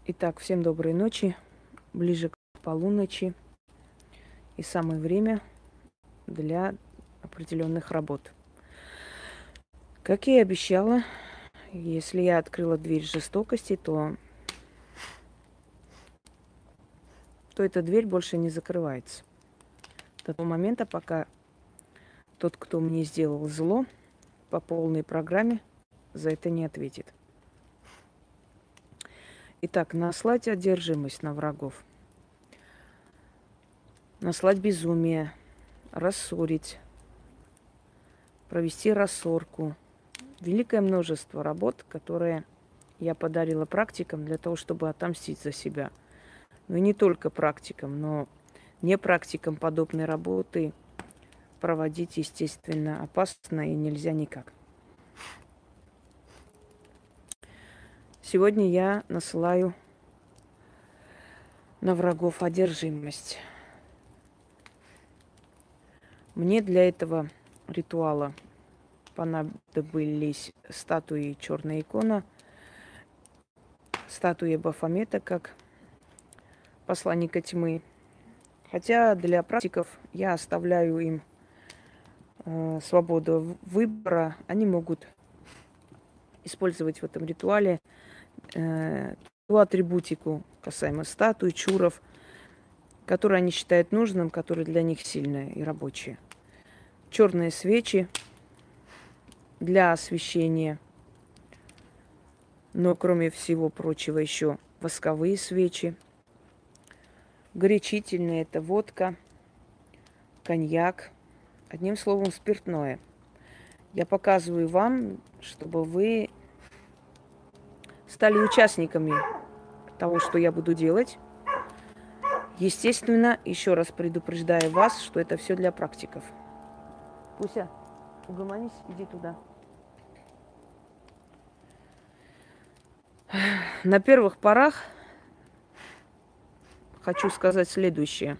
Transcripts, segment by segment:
Итак, всем доброй ночи. Ближе к полуночи. И самое время для определенных работ. Как я и обещала, если я открыла дверь жестокости, то эта дверь больше не закрывается. До того момента, пока тот, кто мне сделал зло, по полной программе за это не ответит. Итак, наслать одержимость на врагов, наслать безумие, рассорить, провести рассорку. Великое множество работ, которые я подарила практикам для того, чтобы отомстить за себя. Но и не только практикам, но не практикам подобной работы проводить, естественно, опасно и нельзя никак. Сегодня я насылаю на врагов одержимость. Мне для этого ритуала понадобились статуи черная икона, статуя Бафомета как посланника тьмы. Хотя для практиков я оставляю им свободу выбора. Они могут использовать в этом ритуале ту атрибутику касаемо статуй, чуров, которые они считают нужным, которые для них сильные и рабочие. Черные свечи для освещения, но кроме всего прочего еще восковые свечи. Горячительные – это водка, коньяк, одним словом, спиртное. Я показываю вам, чтобы вы стали участниками того, что я буду делать. Естественно, еще раз предупреждаю вас, что это все для практиков. Пуся, угомонись, иди туда. На первых порах хочу сказать следующее.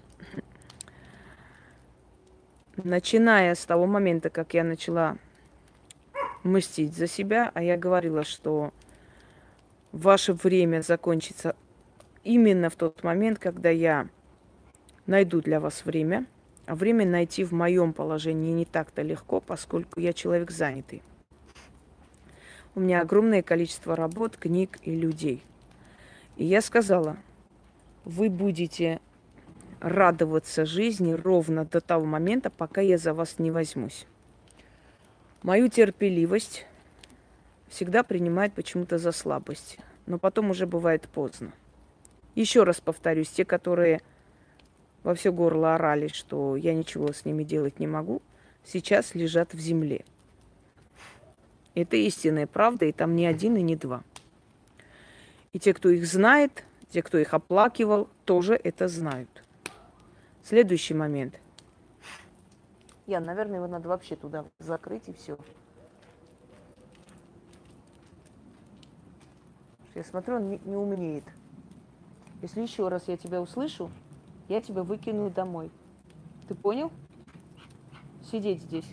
Начиная с того момента, как я начала мстить за себя, а я говорила, что ваше время закончится именно в тот момент, когда я найду для вас время. А время найти в моем положении не так-то легко, поскольку я человек занятый. У меня огромное количество работ, книг и людей. И я сказала, вы будете радоваться жизни ровно до того момента, пока я за вас не возьмусь. Мою терпеливость всегда принимают почему-то за слабость, но потом уже бывает поздно. Еще раз повторюсь, те, которые во все горло орали, что я ничего с ними делать не могу, сейчас лежат в земле. Это истинная правда, и там не один, и не два. И те, кто их знает, те, кто их оплакивал, тоже это знают. Следующий момент. Наверное, его надо вообще туда закрыть, и все. Я смотрю, он не умнеет. Если еще раз я тебя услышу, я тебя выкину домой. Ты понял? Сидеть здесь.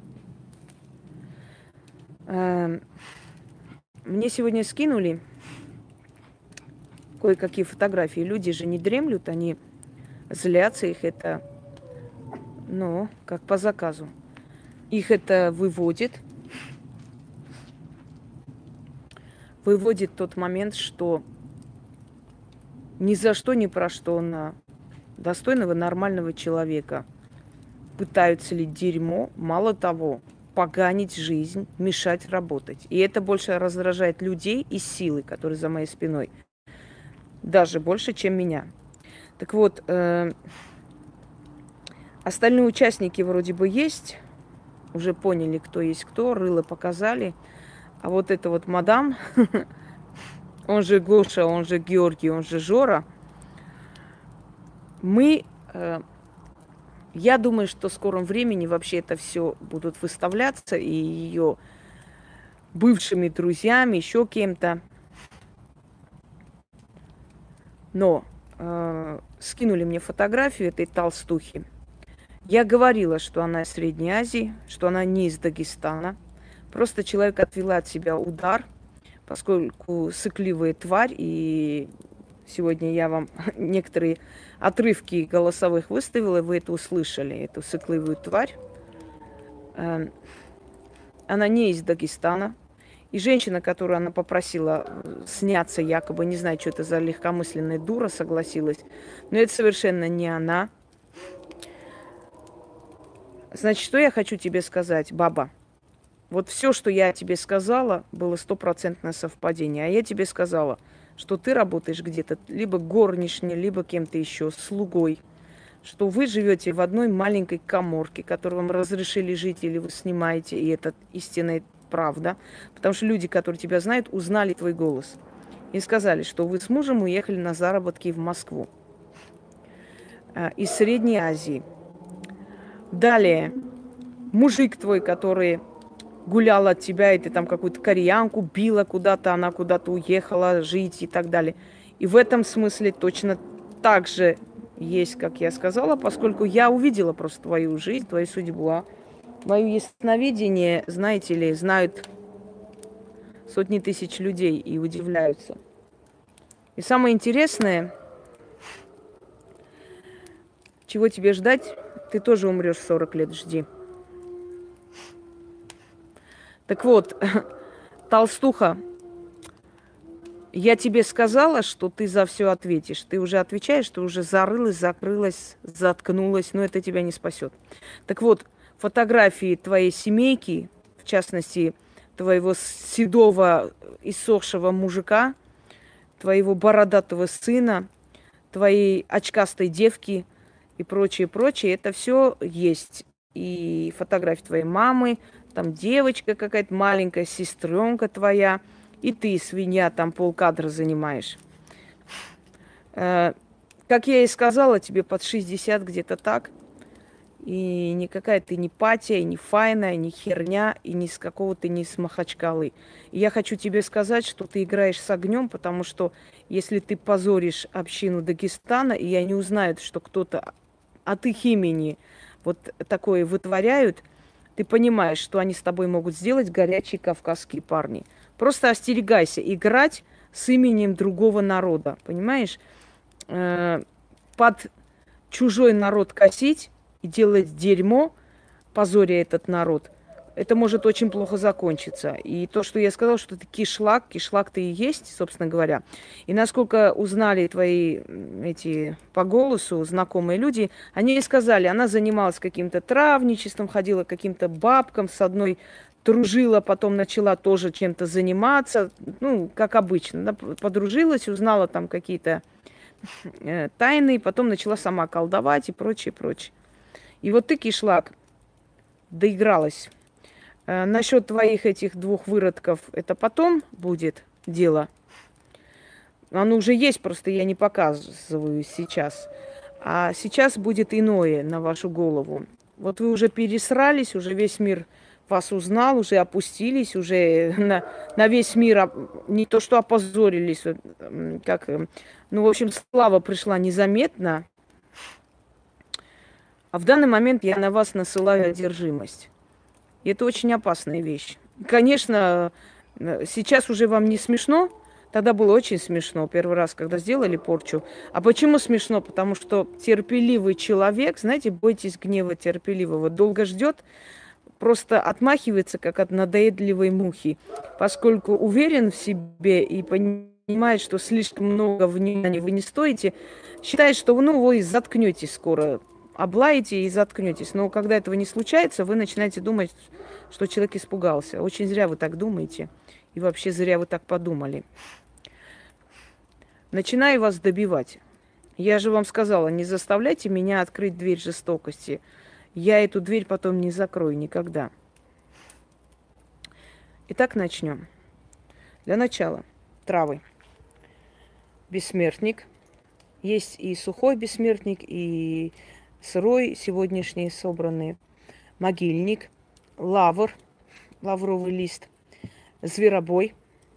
Мне сегодня скинули кое-какие фотографии. Люди же не дремлют, они злятся, их это, как по заказу. Их это выводит тот момент, что ни за что, ни про что на достойного, нормального человека пытаются лить дерьмо, мало того, поганить жизнь, мешать работать. И это больше раздражает людей из силы, которые за моей спиной, даже больше, чем меня. Так вот, остальные участники вроде бы есть, уже поняли, кто есть кто, рыло показали. А вот это вот мадам, он же Гоша, он же Георгий, он же Жора, я думаю, что в скором времени вообще это все будут выставляться, и ее бывшими друзьями, еще кем-то. Но скинули мне фотографию этой толстухи. Я говорила, что она из Средней Азии, что она не из Дагестана. Просто человек отвела от себя удар, поскольку сыкливая тварь и Сегодня я вам некоторые отрывки голосовых выставила, вы это услышали, эту сыкливую тварь. Она не из Дагестана. И женщина, которую она попросила сняться, якобы, не знаю, что это за легкомысленная дура, согласилась. Но это совершенно не она. Значит, что я хочу тебе сказать, баба? Вот все, что я тебе сказала, было стопроцентное совпадение. А я тебе сказала, что ты работаешь где-то либо горничной, либо кем-то еще, слугой. Что вы живете в одной маленькой каморке, которую вам разрешили жить, или вы снимаете, и это истинная правда. Потому что люди, которые тебя знают, узнали твой голос. И сказали, что вы с мужем уехали на заработки в Москву. Из Средней Азии. Далее, мужик твой, который гулял от тебя, и ты там какую-то кореянку била куда-то, она куда-то уехала жить и так далее. И в этом смысле точно так же есть, как я сказала, поскольку я увидела просто твою жизнь, твою судьбу. А мое ясновидение, знаете ли, знают сотни тысяч людей и удивляются. И самое интересное, чего тебе ждать, ты тоже умрешь 40 лет, жди. Так вот, толстуха, я тебе сказала, что ты за все ответишь. Ты уже отвечаешь, ты уже зарылась, закрылась, заткнулась, но это тебя не спасет. Так вот, фотографии твоей семейки, в частности, твоего седого, иссохшего мужика, твоего бородатого сына, твоей очкастой девки и прочее, прочее, это все есть. И фотографии твоей мамы, там девочка какая-то маленькая, сестренка твоя, и ты, свинья, там полкадра занимаешь. Как я и сказала, тебе под 60 где-то так. И никакая ты не патия, не файная, не херня, и ни с какого ты, ни с Махачкалы. И я хочу тебе сказать, что ты играешь с огнем, потому что если ты позоришь общину Дагестана, и они узнают, что кто-то от их имени вот такое вытворяют, ты понимаешь, что они с тобой могут сделать горячие кавказские парни. Просто остерегайся играть с именем другого народа, понимаешь? Под чужой народ косить и делать дерьмо, позоря этот народ, это может очень плохо закончиться. И то, что я сказала, что это кишлак, кишлак-то и есть, собственно говоря. И насколько узнали твои эти по голосу знакомые люди, они и сказали, она занималась каким-то травничеством, ходила к каким-то бабкам, с одной дружила, потом начала тоже чем-то заниматься, ну, как обычно. Она подружилась, узнала там какие-то тайны, потом начала сама колдовать и прочее, прочее. И вот ты, кишлак, доигралась. Насчет твоих этих двух выродков, это потом будет дело. Оно уже есть, просто я не показываю сейчас. А сейчас будет иное на вашу голову. Вот вы уже пересрались, уже весь мир вас узнал, уже опустились, уже на весь мир не то что опозорились, как, ну, в общем, слава пришла незаметно. А в данный момент я на вас насылаю одержимость. И это очень опасная вещь. Конечно, сейчас уже вам не смешно. Тогда было очень смешно, первый раз, когда сделали порчу. А почему смешно? Потому что терпеливый человек, знаете, бойтесь гнева терпеливого, долго ждет, просто отмахивается, как от надоедливой мухи, поскольку уверен в себе и понимает, что слишком много внимания вы не стоите, считает, что ну, вы заткнетесь скоро, облаете и заткнетесь. Но когда этого не случается, вы начинаете думать, что человек испугался. Очень зря вы так думаете. И вообще зря вы так подумали. Начинаю вас добивать. Я же вам сказала, не заставляйте меня открыть дверь жестокости. Я эту дверь потом не закрою никогда. Итак, начнем. Для начала травы. Бессмертник. Есть и сухой бессмертник, и сырой, сегодняшний собранный. Могильник. Лавр. Лавровый лист. Зверобой.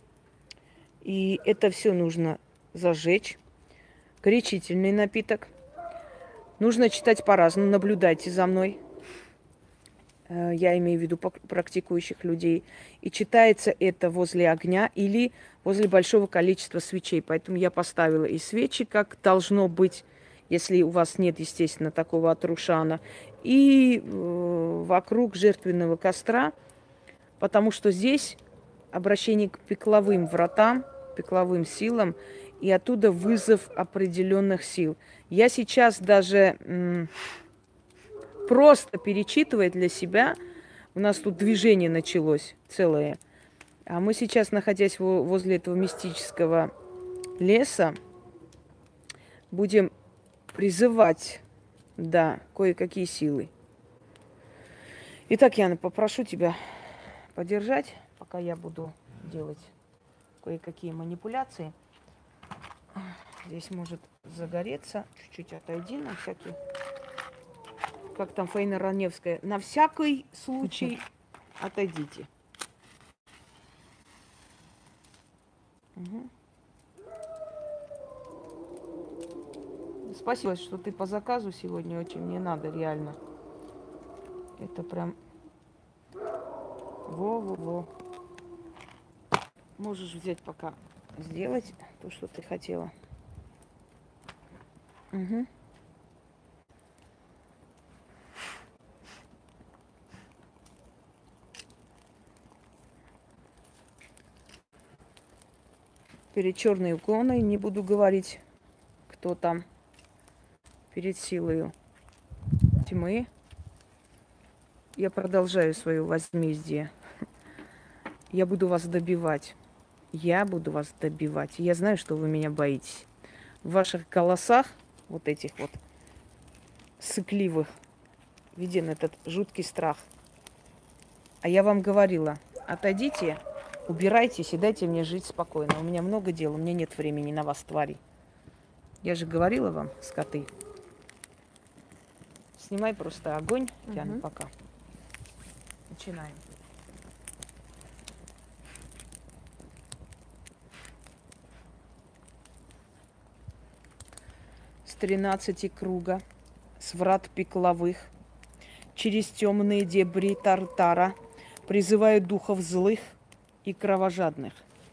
И это все нужно зажечь. Горячительный напиток. Нужно читать по-разному. Наблюдайте за мной. я имею в виду практикующих людей, и читается это возле огня или возле большого количества свечей. Поэтому я поставила и свечи, как должно быть, если у вас нет, естественно, такого атрушана, и вокруг жертвенного костра, потому что здесь обращение к пекловым вратам, пекловым силам, и оттуда вызов определенных сил. Я сейчас даже просто перечитывая для себя, у нас тут движение началось целое, а мы сейчас, находясь возле этого мистического леса, будем призывать, да, кое-какие силы. Итак, Яна, попрошу тебя подержать, пока я буду делать кое-какие манипуляции. Здесь может загореться. Чуть-чуть отойди на всякий... Как там Фаина Раневская? На всякий случай отойдите. Угу. Спасибо, что ты по заказу сегодня очень мне надо, реально. Это прям... Во-во-во. Можешь взять пока сделать то, что ты хотела. Угу. Перед черной иконой не буду говорить, кто там. Перед силою тьмы я продолжаю свое возмездие. Я буду вас добивать. Я буду вас добивать. Я знаю, что вы меня боитесь. В ваших голосах, вот этих вот сыкливых, виден этот жуткий страх. А я вам говорила, отойдите, убирайтесь и дайте мне жить спокойно. У меня много дел, у меня нет времени на вас, твари. Я же говорила вам, скоты. Снимай просто огонь, Яна, пока. Начинаем. С 13 круга, с врат пекловых, через темные дебри Тартара призываю духов злых и кровожадных.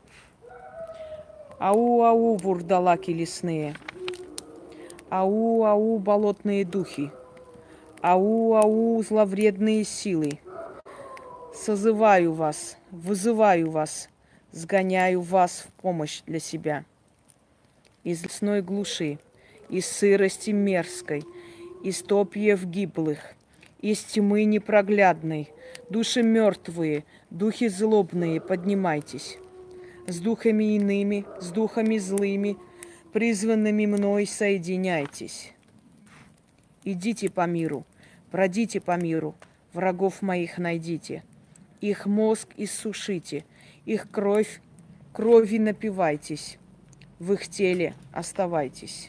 Ау-ау, вурдалаки лесные, ау-ау, болотные духи, ау-ау, зловредные силы. Созываю вас, вызываю вас, сгоняю вас в помощь для себя. Из лесной глуши, из сырости мерзкой, из топьев гиблых, из тьмы непроглядной, души мертвые, духи злобные, поднимайтесь. С духами иными, с духами злыми, призванными мной соединяйтесь. Идите по миру, бродите по миру, врагов моих найдите. Их мозг иссушите, их кровь, крови напивайтесь, в их теле оставайтесь.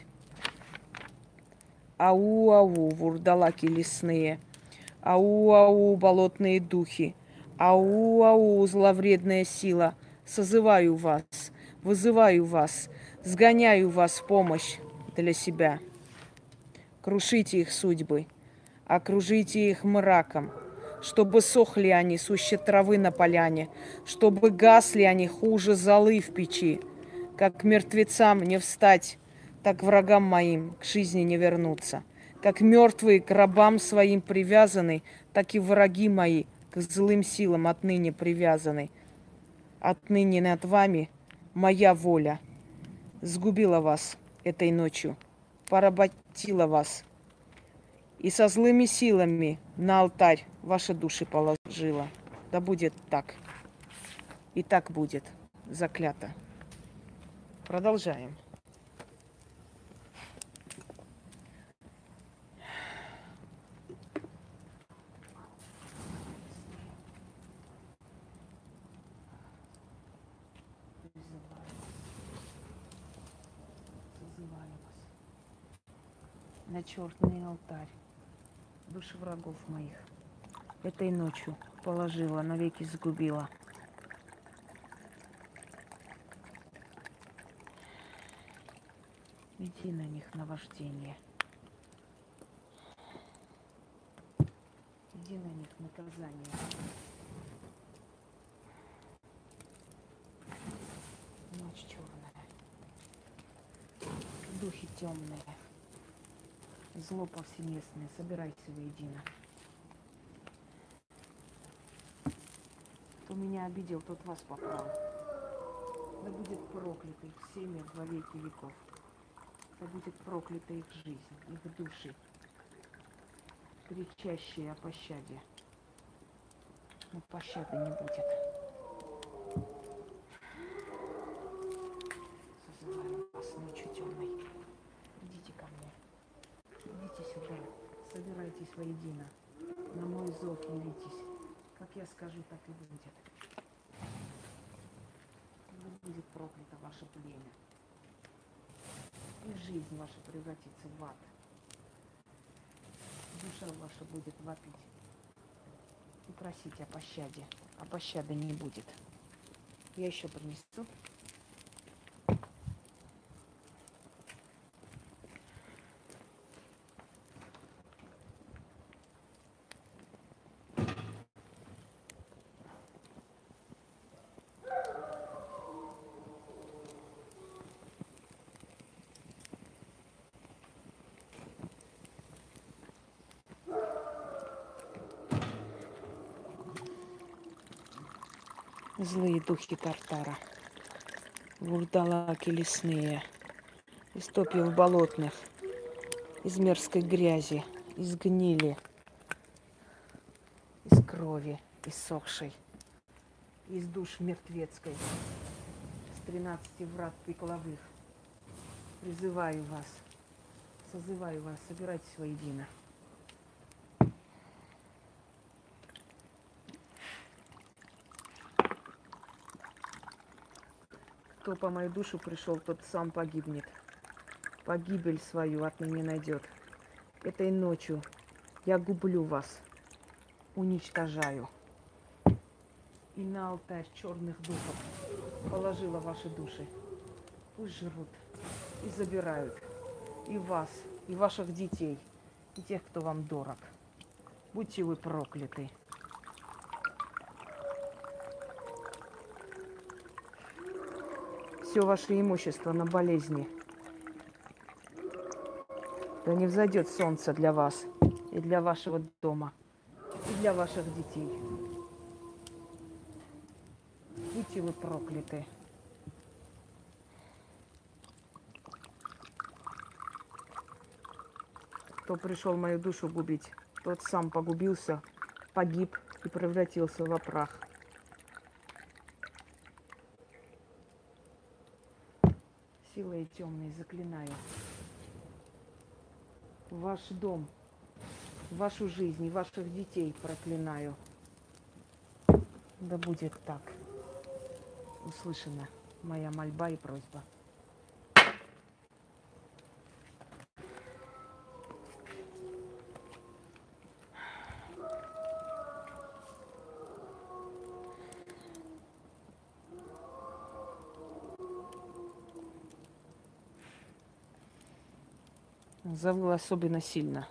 Ау-ау, вурдалаки лесные, ау-ау, болотные духи, ау-ау, зловредная сила, созываю вас, вызываю вас, сгоняю вас в помощь для себя. Крушите их судьбы, окружите их мраком, чтобы сохли они суще травы на поляне, чтобы гасли они хуже золы в печи. Как мертвецам не встать, так врагам моим к жизни не вернуться. Как мертвые к рабам своим привязаны, так и враги мои к злым силам отныне привязаны. Отныне над вами моя воля. Сгубила вас этой ночью, поработила вас. И со злыми силами на алтарь ваши души положила. Да будет так. И так будет. Заклято. Продолжаем. На черный алтарь души врагов моих этой ночью положила, навеки сгубила. Иди на них наваждение. Иди на них наказание. Ночь черная. Духи темные. Зло повсеместное. Собирайся воедино. Кто меня обидел, тот вас поправ. Да будет проклято их семя во веки веков. Да будет проклята их жизнь, их души, кричащие о пощаде. Но пощады не будет. Созываю вас ночью темной. Идите ко мне. Идите сюда. Собирайтесь воедино. На мой зов явитесь. Как я скажу, так и будет. Да будет проклято ваше племя. И жизнь ваша превратится в ад. Душа ваша будет вопить и просить о пощаде. А пощады не будет. Я еще принесу. Злые духи Тартара, вурдалаки лесные, из топьев болотных, из мерзкой грязи, из гнили, из крови иссохшей, из душ мертвецкой, с 13 врат пекловых. Призываю вас, созываю вас, собирайтесь воедино. Кто по мою душу пришел, тот сам погибнет. Погибель свою отныне найдет. Этой ночью я гублю вас, уничтожаю. И на алтарь черных духов положила ваши души. Пусть жрут и забирают и вас, и ваших детей, и тех, кто вам дорог. Будьте вы прокляты. Все ваше имущество на болезни. Да не взойдет солнце для вас и для вашего дома, и для ваших детей. Будьте вы прокляты. Кто пришел мою душу губить, тот сам погубился, погиб и превратился во прах. Силой темной заклинаю ваш дом, вашу жизнь и ваших детей проклинаю. Да будет так. Услышана моя мольба и просьба. Завыл особенно сильно.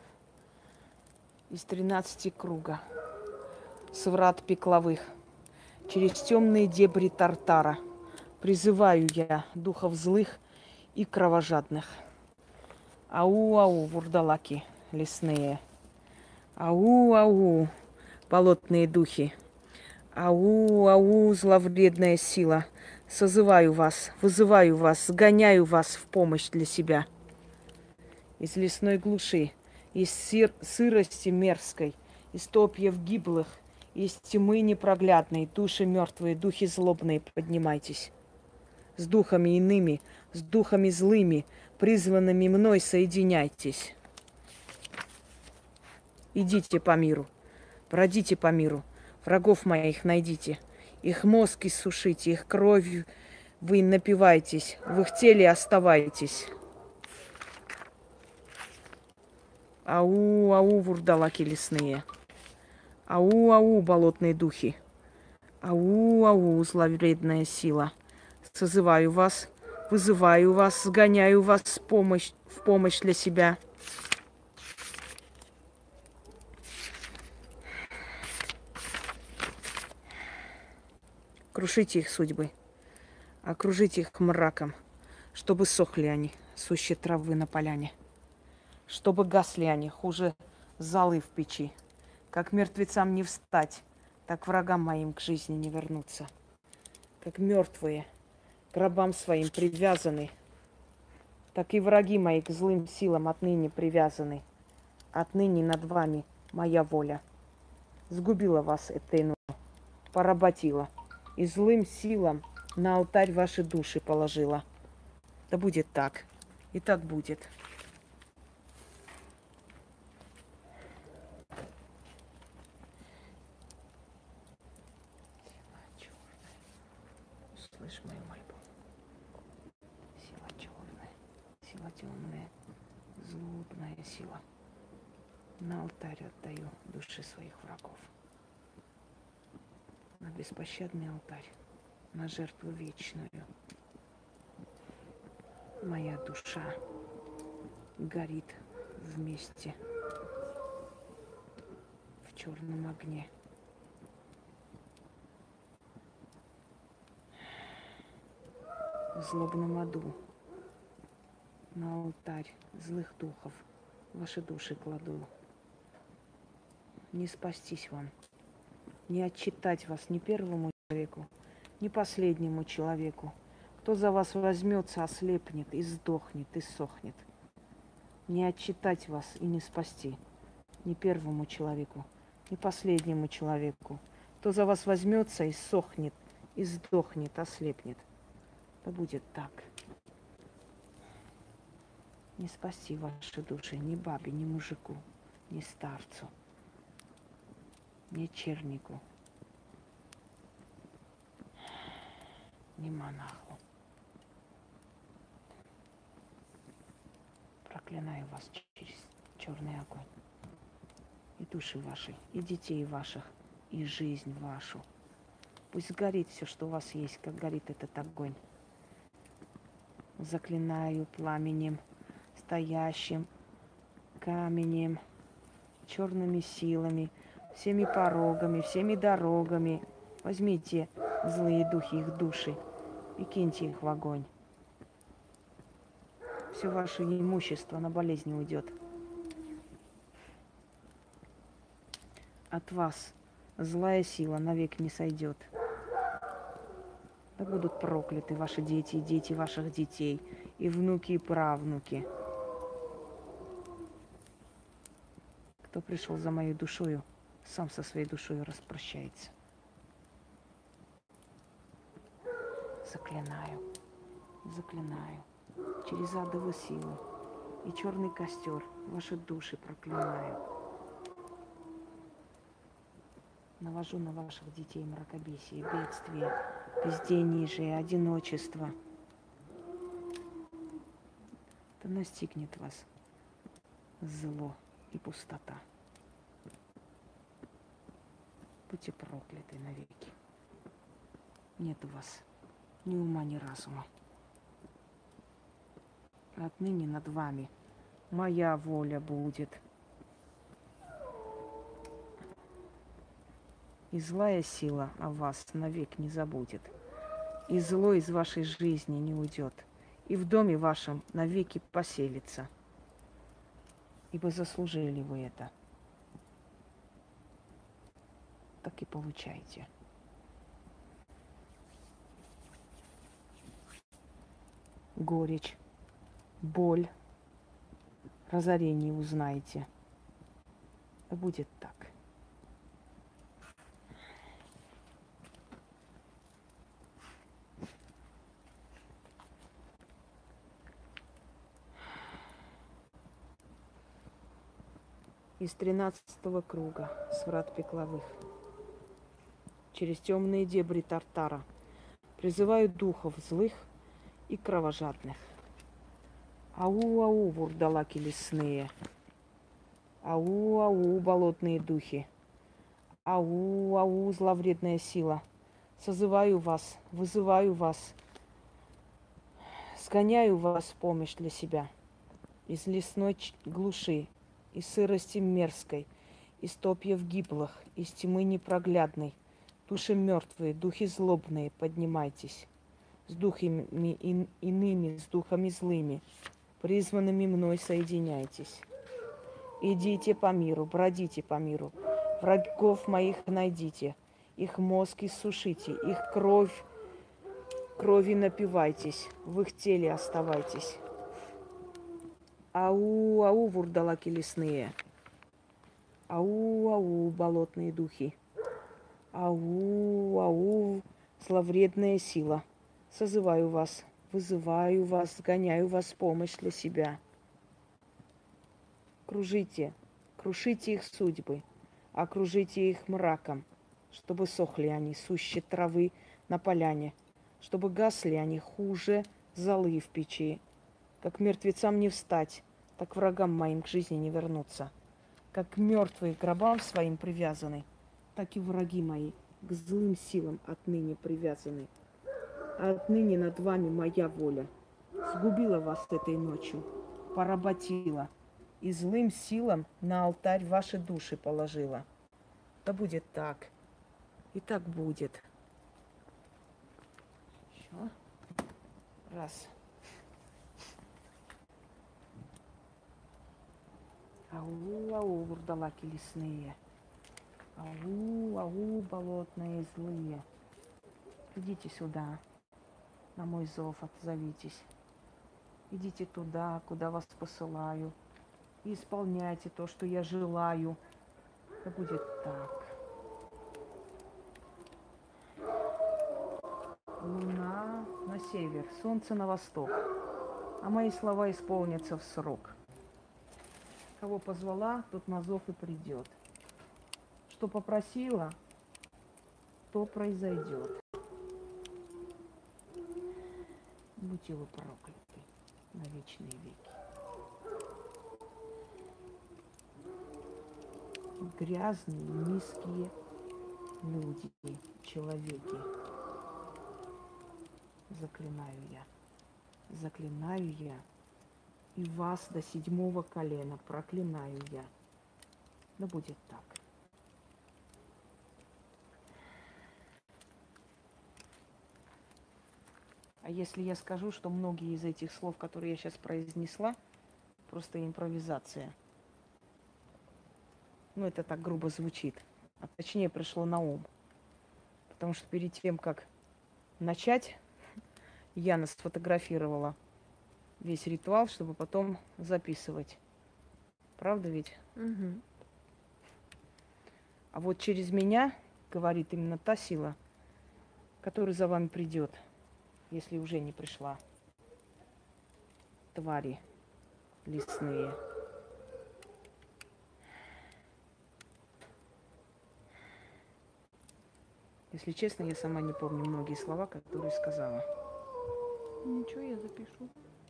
Из 13 круга, с врат пекловых, через темные дебри Тартара призываю я духов злых и кровожадных. Ау-ау, вурдалаки лесные. Ау-ау, болотные духи. Ау-ау, зловредная сила. Созываю вас, вызываю вас, сгоняю вас в помощь для себя. Из лесной глуши, из сырости мерзкой, из топьев гиблых, из тьмы непроглядной, души мертвые, духи злобные, поднимайтесь. С духами иными, с духами злыми, призванными мной соединяйтесь. Идите по миру, бродите по миру, врагов моих найдите, их мозг иссушите, их кровью вы напивайтесь, в их теле оставайтесь. Ау-ау, вурдалаки лесные. Ау-ау, болотные духи. Ау-ау, зловредная сила. Созываю вас, вызываю вас, сгоняю вас в помощь для себя. крушите их судьбы, окружите их мраком, чтобы сохли они, сущие травы на поляне, чтобы гасли они, хуже золы в печи. Как мертвецам не встать, так врагам моим к жизни не вернуться. Как мертвые к гробам своим привязаны, так и враги мои к злым силам отныне привязаны. Отныне над вами моя воля. Сгубила вас Этейну, поработила, и злым силам на алтарь ваши души положила. Да будет так, и так будет. Услышь мою мольбу. Сила темная, злобная сила. На алтарь отдаю души своих врагов. На беспощадный алтарь, на жертву вечную. Моя душа горит вместе в черном огне. В злобном аду на алтарь злых духов ваши души кладу. Не спастись вам, не отчитать вас ни первому человеку, ни последнему человеку. Кто за вас возьмется, ослепнет и сдохнет, и сохнет. Не отчитать вас и не спасти ни первому человеку, ни последнему человеку. Кто за вас возьмется и сохнет, и сдохнет, ослепнет. Да будет так. Не спасти ваши души ни бабе, ни мужику, ни старцу, ни чернику, ни монаху. Проклинаю вас через черный огонь. И души ваши, и детей ваших, и жизнь вашу. Пусть горит все, что у вас есть, как горит этот огонь. Заклинаю пламенем, стоящим каменем, черными силами, всеми порогами, всеми дорогами. Возьмите злые духи, их души, и киньте их в огонь. Все ваше имущество на болезни уйдет. От вас злая сила навек не сойдет. Да будут прокляты ваши дети и дети ваших детей, и внуки, и правнуки. Кто пришел за моей душою, сам со своей душой распрощается. Заклинаю, заклинаю, через адовую силу и черный костер ваши души проклинаю. Навожу на ваших детей мракобесие, бедствие, безденежие, одиночество. Да настигнет вас зло и пустота. Будьте прокляты навеки. Нет у вас ни ума, ни разума. Отныне над вами моя воля будет. И злая сила о вас навек не забудет. И зло из вашей жизни не уйдет. И в доме вашем навеки поселится. Ибо заслужили вы это. Так и получайте. Горечь, боль, разорение узнаете. Да будет так. Из 13-го круга, с врат пекловых, через темные дебри Тартара, призываю духов злых и кровожадных. Ау-ау, вурдалаки лесные, ау-ау, болотные духи, ау-ау, зловредная сила. Созываю вас, вызываю вас, сгоняю вас в помощь для себя из лесной глуши, из сырости мерзкой, из топьев гиблых, из тьмы непроглядной. Души мертвые, духи злобные, поднимайтесь. С духами иными, с духами злыми, призванными мной соединяйтесь. Идите по миру, бродите по миру. Врагов моих найдите, их мозг иссушите, их крови напивайтесь, в их теле оставайтесь. Ау, ау, вурдалаки лесные. Ау, ау, болотные духи. Ау, ау, зловредная сила. Созываю вас, вызываю вас, сгоняю вас в помощь для себя. Кружите, крушите их судьбы, окружите их мраком, чтобы сохли они суще травы на поляне, чтобы гасли они хуже золы в печи. Как мертвецам не встать, так врагам моим к жизни не вернуться. Как мертвые к гробам своим привязаны, так и враги мои к злым силам отныне привязаны. А отныне над вами моя воля. Сгубила вас этой ночью, поработила, и злым силам на алтарь ваши души положила. Да будет так, и так будет. Еще раз. Ау, ау, вурдалаки лесные. Ау, ау, болотные злые. Идите сюда, на мой зов отзовитесь. Идите туда, куда вас посылаю. И исполняйте то, что я желаю. Да будет так. Луна на север, солнце на восток. А мои слова исполнятся в срок. Кого позвала, тот на зов и придет. Что попросила, то произойдет. Будьте вы прокляты на вечные веки. Грязные, низкие люди, человеки. Заклинаю я, и вас до 7-го колена проклинаю я. Да будет так. А если я скажу, что многие из этих слов, которые я сейчас произнесла, просто импровизация. Ну, это так грубо звучит. А точнее пришло на ум. Потому что перед тем, как начать, Яна сфотографировала весь ритуал, чтобы потом записывать. Правда ведь? Угу. А вот через меня говорит именно та сила, которая за вами придет, если уже не пришла. Твари лесные. Если честно, я сама не помню многие слова, которые сказала. Ничего, я запишу.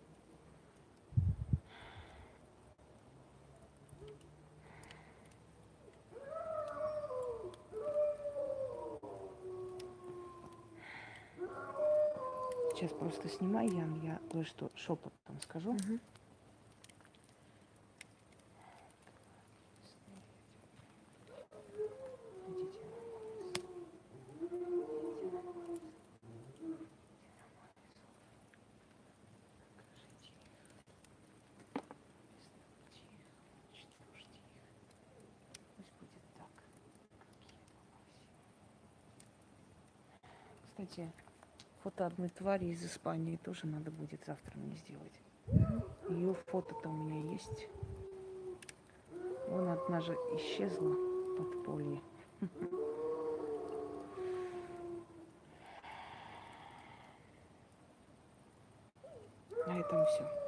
Сейчас просто снимай, Ян, я кое-что шепотом скажу. Угу. Кстати, фото одной твари из Испании тоже надо будет завтра мне сделать. Ее фото-то у меня есть. Вон одна же исчезла в подполье. На этом все.